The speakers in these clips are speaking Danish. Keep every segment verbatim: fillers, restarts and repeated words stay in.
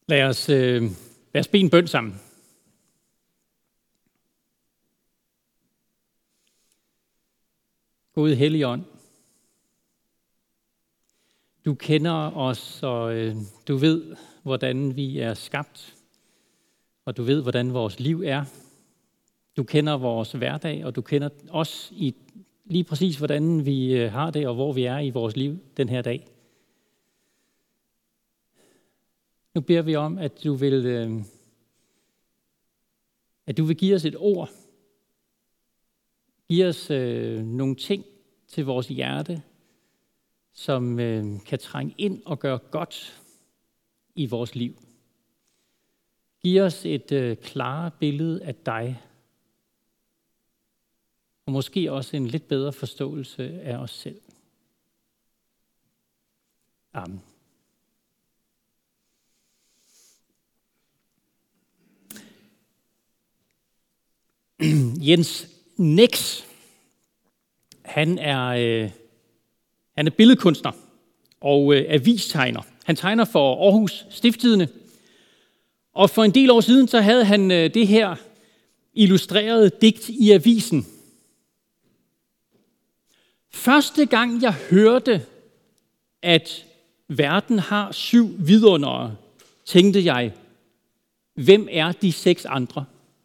Lad os, øh, lad os bede en bøn sammen. Gode Helligånd, du kender os, og øh, du ved, hvordan vi er skabt, og du ved, hvordan vores liv er. Du kender vores hverdag, og du kender os i lige præcis, hvordan vi øh, har det, og hvor vi er i vores liv den her dag. Nu beder vi om, at du vil, øh, at du vil give os et ord. Giv os øh, nogle ting til vores hjerte, som øh, kan trænge ind og gøre godt i vores liv. Giv os et øh, klare billede af dig, og måske også en lidt bedre forståelse af os selv. Amen. Jens Nix, han er, øh, han er billedkunstner og øh, avistegner. Han tegner for Aarhus Stiftstidende. Og for en del år siden, så havde han øh, det her illustrerede digt i avisen. Første gang jeg hørte, at verden har syv vidundere, tænkte jeg, hvem er de seks andre?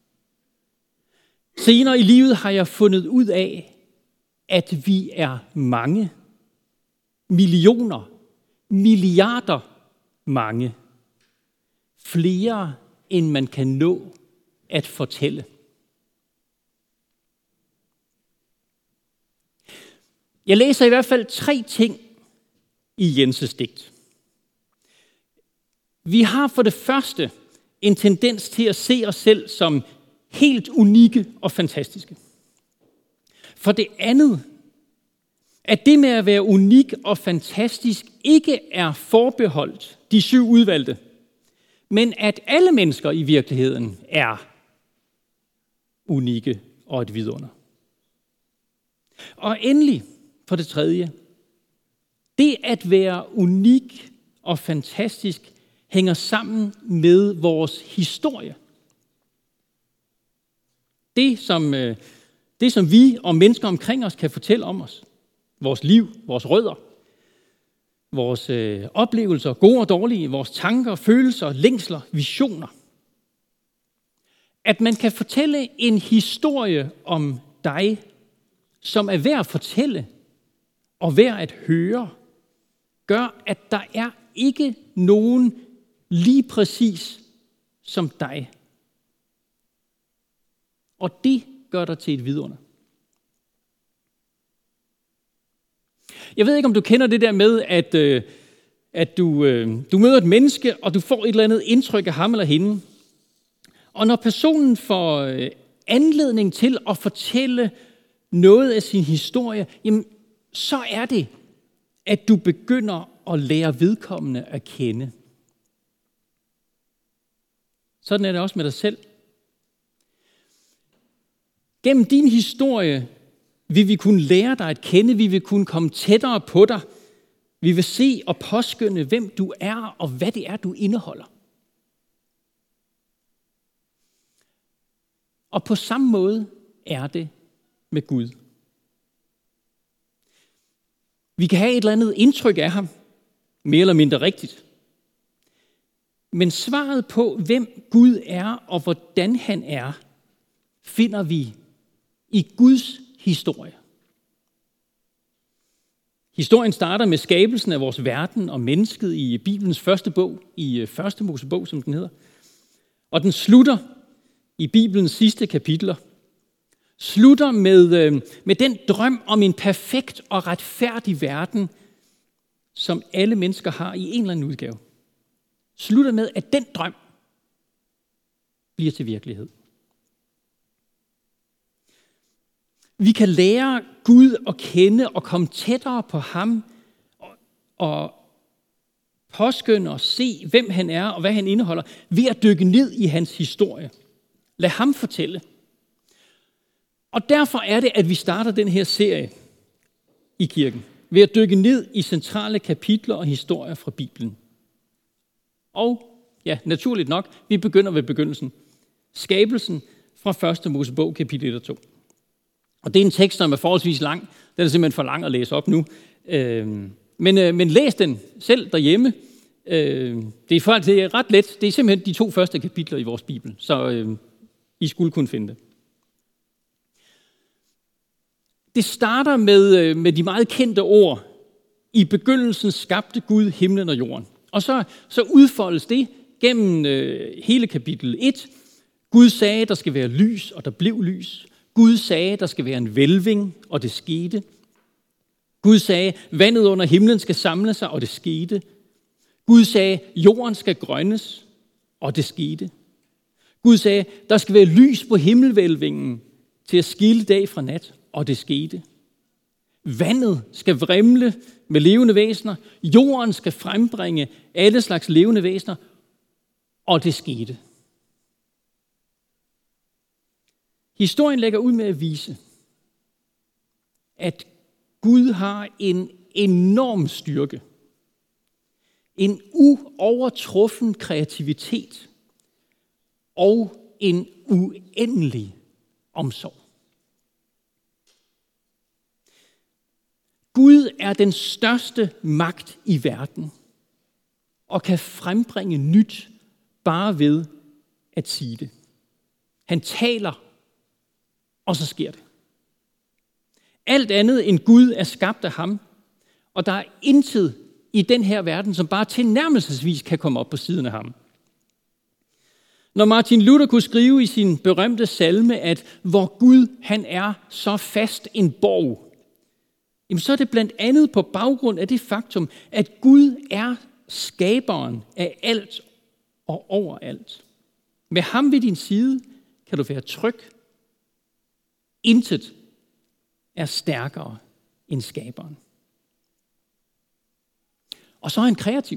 Senere i livet har jeg fundet ud af, at vi er mange, millioner, milliarder mange, flere end man kan nå at fortælle. Jeg læser i hvert fald tre ting i Jenses digt. Vi har for det første en tendens til at se os selv som helt unikke og fantastiske. For det andet, at det med at være unik og fantastisk ikke er forbeholdt de syv udvalgte, men at alle mennesker i virkeligheden er unikke og et vidunder. Og endelig, for det tredje, det at være unik og fantastisk hænger sammen med vores historie. Det som, det, som vi og mennesker omkring os kan fortælle om os. Vores liv, vores rødder, vores øh, oplevelser, gode og dårlige, vores tanker, følelser, længsler, visioner. At man kan fortælle en historie om dig, som er værd at fortælle og værd at høre, gør, at der er ikke nogen lige præcis som dig. Og det gør dig til et vidunder. Jeg ved ikke, om du kender det der med, at, øh, at du, øh, du møder et menneske, og du får et eller andet indtryk af ham eller hende. Og når personen får øh, anledning til at fortælle noget af sin historie, jamen, så er det, at du begynder at lære vedkommende at kende. Sådan er det også med dig selv. Gennem din historie vil vi kunne lære dig at kende, vi vil kunne komme tættere på dig, vi vil se og påskynde, hvem du er og hvad det er, du indeholder. Og på samme måde er det med Gud. Vi kan have et eller andet indtryk af ham, mere eller mindre rigtigt. Men svaret på, hvem Gud er og hvordan han er, finder vi i Guds historie. Historien starter med skabelsen af vores verden og mennesket i Bibelens første bog, i første Mosebog, som den hedder. Og den slutter i Bibelens sidste kapitler. Slutter med, med den drøm om en perfekt og retfærdig verden, som alle mennesker har i en eller anden udgave. Slutter med, at den drøm bliver til virkelighed. Vi kan lære Gud at kende og komme tættere på ham og, og påskynde og se, hvem han er og hvad han indeholder, ved at dykke ned i hans historie. Lad ham fortælle. Og derfor er det, at vi starter den her serie i kirken, ved at dykke ned i centrale kapitler og historier fra Bibelen. Og Ja, naturligt nok. Vi begynder ved begyndelsen. Skabelsen fra første Mosebog, kapitel et og to. Og det er en tekst, som er forholdsvis lang. Den er simpelthen for lang at læse op nu. Øh, men, øh, men læs den selv derhjemme. Øh, det, er for, det er ret let. Det er simpelthen de to første kapitler i vores Bibel. Så øh, I skulle kunne finde det. Det starter med, øh, med de meget kendte ord. I begyndelsen skabte Gud himlen og jorden. Og så, så udfoldes det gennem øh, hele kapitel et. Gud sagde, der skal være lys, og der blev lys. Gud sagde, der skal være en hvælving, og det skete. Gud sagde, vandet under himlen skal samle sig, og det skete. Gud sagde, jorden skal grønnes, og det skete. Gud sagde, der skal være lys på himmelvælvingen til at skille dag fra nat, og det skete. Vandet skal vrimle med levende væsener. Jorden skal frembringe alle slags levende væsener, og det skete. Historien lægger ud med at vise, at Gud har en enorm styrke, en uovertruffen kreativitet og en uendelig omsorg. Gud er den største magt i verden og kan frembringe nyt bare ved at sige det. Han taler, og så sker det. Alt andet end Gud er skabt af ham, og der er intet i den her verden, som bare tilnærmelsesvis kan komme op på siden af ham. Når Martin Luther kunne skrive i sin berømte salme, at hvor Gud han er så fast en borg, jamen så er det blandt andet på baggrund af det faktum, at Gud er skaberen af alt og overalt. Med ham ved din side kan du være tryg. Intet er stærkere end skaberen. Og så er han kreativ.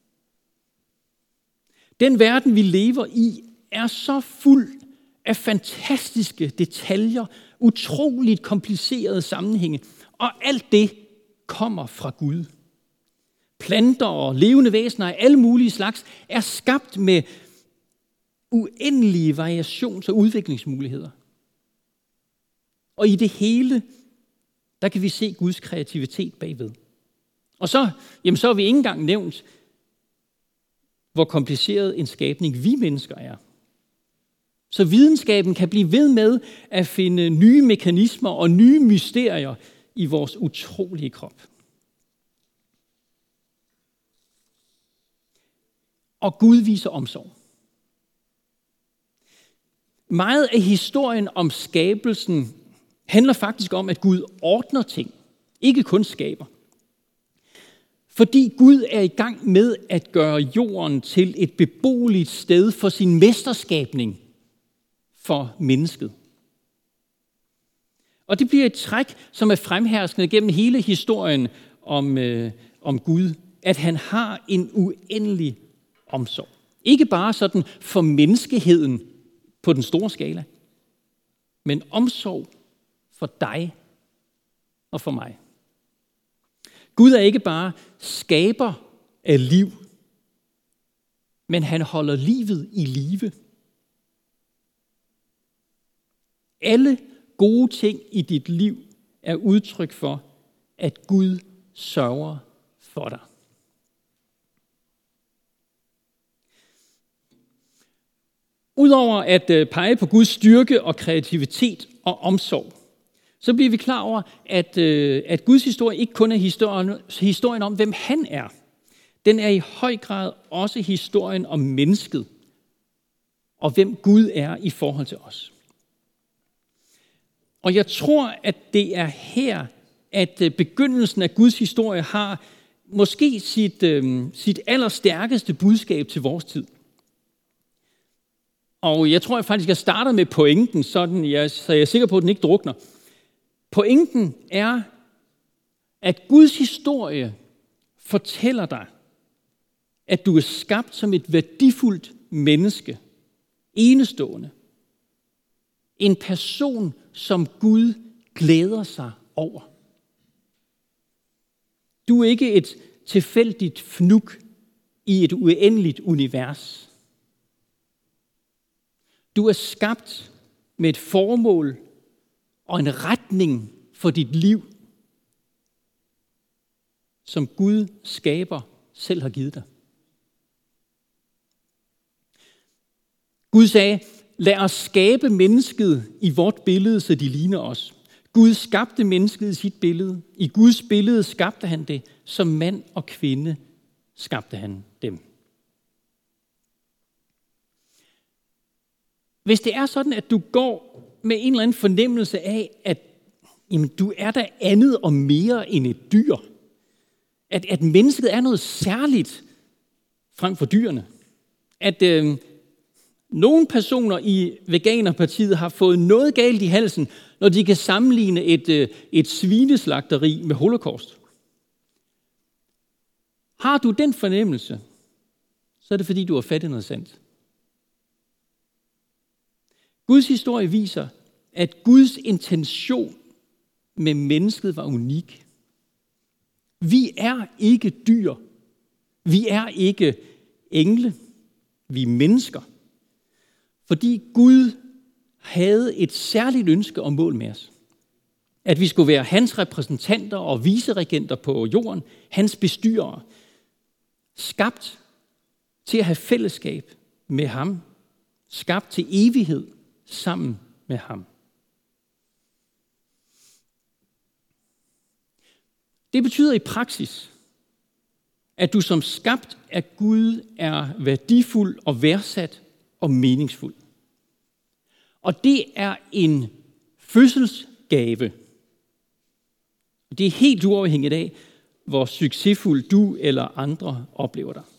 Den verden, vi lever i, er så fuld af fantastiske detaljer, utroligt komplicerede sammenhænge, og alt det kommer fra Gud. Planter og levende væsener af alle mulige slags er skabt med uendelige variations- og udviklingsmuligheder. Og i det hele, der kan vi se Guds kreativitet bagved. Og så, jamen så har vi ikke engang nævnt, hvor kompliceret en skabning vi mennesker er. Så videnskaben kan blive ved med at finde nye mekanismer og nye mysterier i vores utrolige krop. Og Gud viser omsorg. Meget af historien om skabelsen handler faktisk om, at Gud ordner ting, ikke kun skaber. Fordi Gud er i gang med at gøre jorden til et beboeligt sted for sin mesterskabning for mennesket. Og det bliver et træk, som er fremherskende gennem hele historien om, øh, om Gud, at han har en uendelig omsorg. Ikke bare sådan for menneskeheden på den store skala, men omsorg for dig og for mig. Gud er ikke bare skaber af liv, men han holder livet i live. Alle gode ting i dit liv er udtryk for, at Gud sørger for dig. Udover at pege på Guds styrke og kreativitet og omsorg, så bliver vi klar over, at, at Guds historie ikke kun er historien, historien om, hvem han er. Den er i høj grad også historien om mennesket, og hvem Gud er i forhold til os. Og jeg tror, at det er her, at begyndelsen af Guds historie har måske sit, øh, sit allerstærkeste budskab til vores tid. Og jeg tror jeg faktisk, jeg starter med pointen, sådan jeg, så jeg er sikker på, at den ikke drukner. Pointen er, at Guds historie fortæller dig, at du er skabt som et værdifuldt menneske, enestående. En person, som Gud glæder sig over. Du er ikke et tilfældigt fnug i et uendeligt univers. Du er skabt med et formål og en retning for dit liv, som Gud skaber selv har givet dig. Gud sagde, lad os skabe mennesket i vort billede, så de ligner os. Gud skabte mennesket i sit billede. I Guds billede skabte han det. Som mand og kvinde skabte han dem. Hvis det er sådan, at du går med en eller anden fornemmelse af, at jamen, du er der andet og mere end et dyr, at, at mennesket er noget særligt frem for dyrene, at øh, nogle personer i Veganerpartiet har fået noget galt i halsen, når de kan sammenligne et, øh, et svineslagteri med holocaust. Har du den fornemmelse, så er det fordi, du har fattet noget sandt. Guds historie viser, at Guds intention med mennesket var unik. Vi er ikke dyr. Vi er ikke engle. Vi er mennesker. Fordi Gud havde et særligt ønske og mål med os. At vi skulle være hans repræsentanter og viceregenter på jorden, hans bestyrere. Skabt til at have fællesskab med ham. Skabt til evighed sammen med ham. Det betyder i praksis, at du som skabt af Gud er værdifuld og værdsat og meningsfuld. Og det er en fødselsgave. Det er helt uafhængigt af, hvor succesfuld du eller andre oplever dig.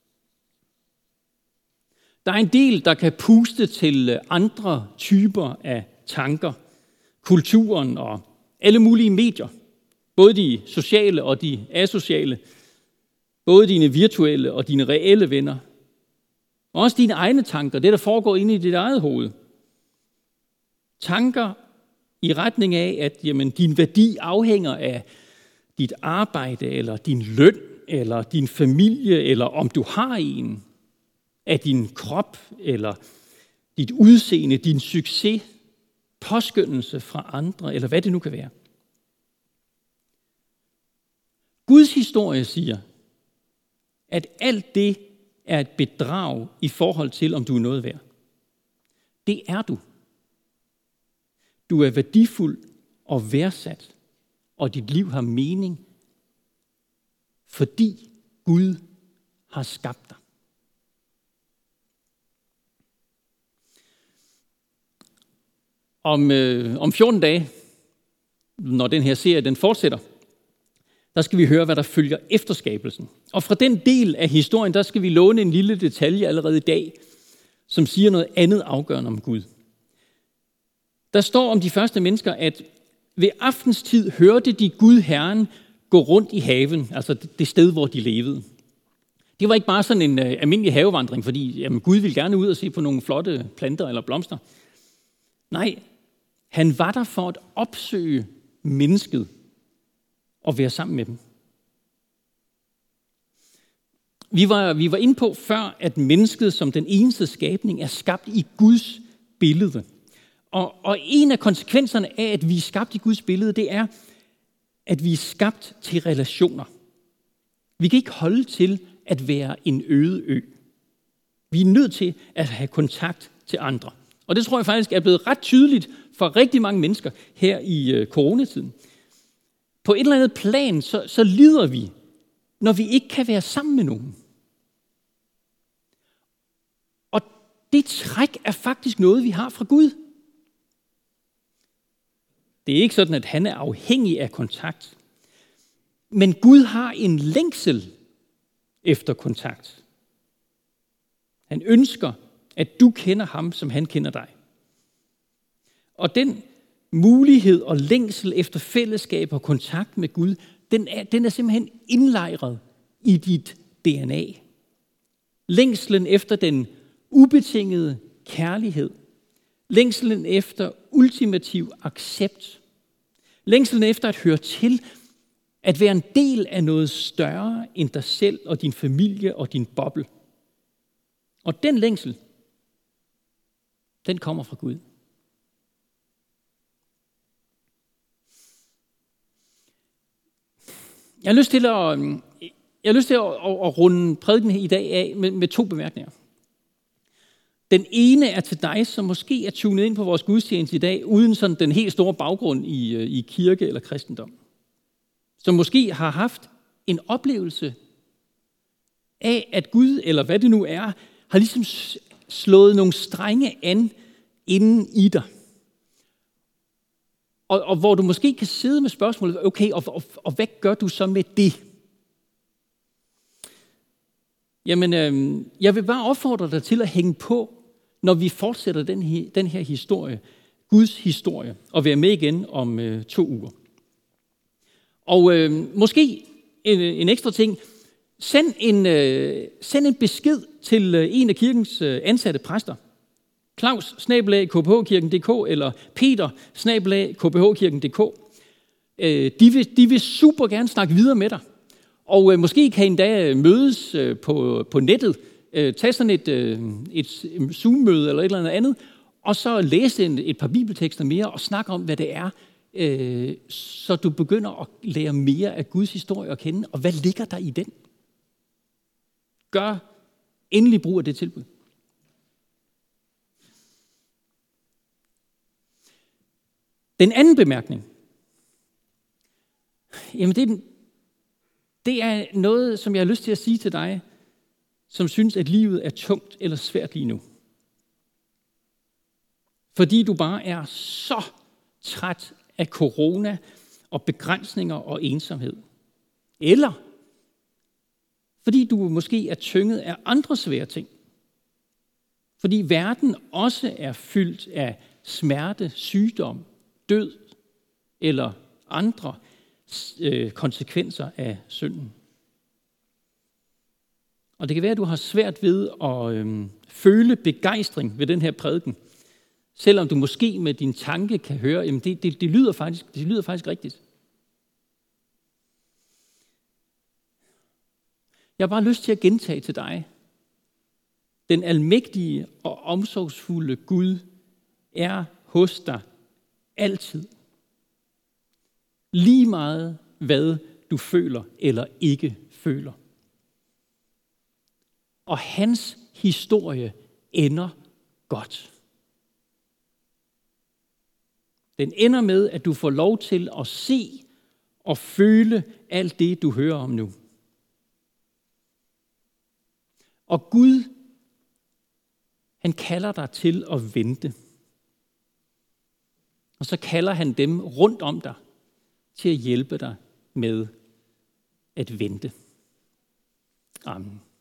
Der er en del, der kan puste til andre typer af tanker, kulturen og alle mulige medier. Både de sociale og de asociale. Både dine virtuelle og dine reelle venner. Og også dine egne tanker, det der foregår inde i dit eget hoved. Tanker i retning af, at jamen, din værdi afhænger af dit arbejde, eller din løn, eller din familie, eller om du har en, af din krop, eller dit udseende, din succes, påskyndelse fra andre, eller hvad det nu kan være. Guds historie siger, at alt det er et bedrag i forhold til, om du er noget værd. Det er du. Du er værdifuld og værdsat, og dit liv har mening, fordi Gud har skabt dig. Om, øh, om fjorten dage, når den her serie den fortsætter, der skal vi høre, hvad der følger efter skabelsen. Og fra den del af historien, der skal vi låne en lille detalje allerede i dag, som siger noget andet afgørende om Gud. Der står om de første mennesker, at ved aftenstid hørte de Gud Herren gå rundt i haven, altså det sted, hvor de levede. Det var ikke bare sådan en uh, almindelig havevandring, fordi jamen, Gud ville gerne ud og se på nogle flotte planter eller blomster. Nej, han var der for at opsøge mennesket og være sammen med dem. Vi var, vi var inde på før, at mennesket som den eneste skabning er skabt i Guds billede. Og, og en af konsekvenserne af, at vi er skabt i Guds billede, det er, at vi er skabt til relationer. Vi kan ikke holde til at være en øde ø. Vi er nødt til at have kontakt til andre. Og det tror jeg faktisk er blevet ret tydeligt for rigtig mange mennesker her i øh, coronatiden. På et eller andet plan, så, så lider vi, når vi ikke kan være sammen med nogen. Og det træk er faktisk noget, vi har fra Gud. Det er ikke sådan, at han er afhængig af kontakt. Men Gud har en længsel efter kontakt. Han ønsker, at du kender ham, som han kender dig. Og den mulighed og længsel efter fællesskab og kontakt med Gud, den er, den er simpelthen indlejret i dit D N A. Længslen efter den ubetingede kærlighed. Længslen efter ultimativ accept. Længslen efter at høre til, at være en del af noget større end dig selv og din familie og din boble. Og den længsel, den kommer fra Gud. Jeg har lyst til at, jeg har lyst til at, at, at runde prædiken i dag af med, med to bemærkninger. Den ene er til dig, som måske er tunet ind på vores gudstjeneste i dag, uden sådan den helt store baggrund i, i kirke eller kristendom. Som måske har haft en oplevelse af, at Gud, eller hvad det nu er, har ligesom slået nogle strenge an inden i dig. Og, og hvor du måske kan sidde med spørgsmålet, okay, og, og, og hvad gør du så med det? Jamen, øh, jeg vil bare opfordre dig til at hænge på, når vi fortsætter den her, den her historie, Guds historie, og være med igen om øh, to uger. Og øh, måske en, en ekstra ting, send en, øh, send en besked til øh, en af kirkens øh, ansatte præster. Claus, snabel-a k p h kirken punktum d k, eller Peter, snabel-a k p h kirken punktum d k. Øh, de, vil, de vil super gerne snakke videre med dig. Og øh, måske kan I endda mødes øh, på, på nettet, øh, tage sådan et, øh, et Zoom-møde eller et eller andet, og så læse en, et par bibeltekster mere og snakke om, hvad det er, øh, så du begynder at lære mere af Guds historie at kende, og hvad ligger der i den? Gør endelig brug af det tilbud. Den anden bemærkning, jamen det, det er noget, som jeg har lyst til at sige til dig, som synes, at livet er tungt eller svært lige nu. Fordi du bare er så træt af corona og begrænsninger og ensomhed. Eller fordi du måske er tynget af andre svære ting. Fordi verden også er fyldt af smerte, sygdom, død eller andre øh, konsekvenser af synden. Og det kan være, at du har svært ved at øh, føle begejstring ved den her prædiken, selvom du måske med din tanke kan høre, at det, det, det, lyder faktisk, det lyder faktisk rigtigt. Jeg har bare lyst til at gentage til dig, den almægtige og omsorgsfulde Gud er hos dig altid. Lige meget hvad du føler eller ikke føler. Og hans historie ender godt. Den ender med, at du får lov til at se og føle alt det, du hører om nu. Og Gud, han kalder dig til at vente. Og så kalder han dem rundt om dig til at hjælpe dig med at vente. Amen.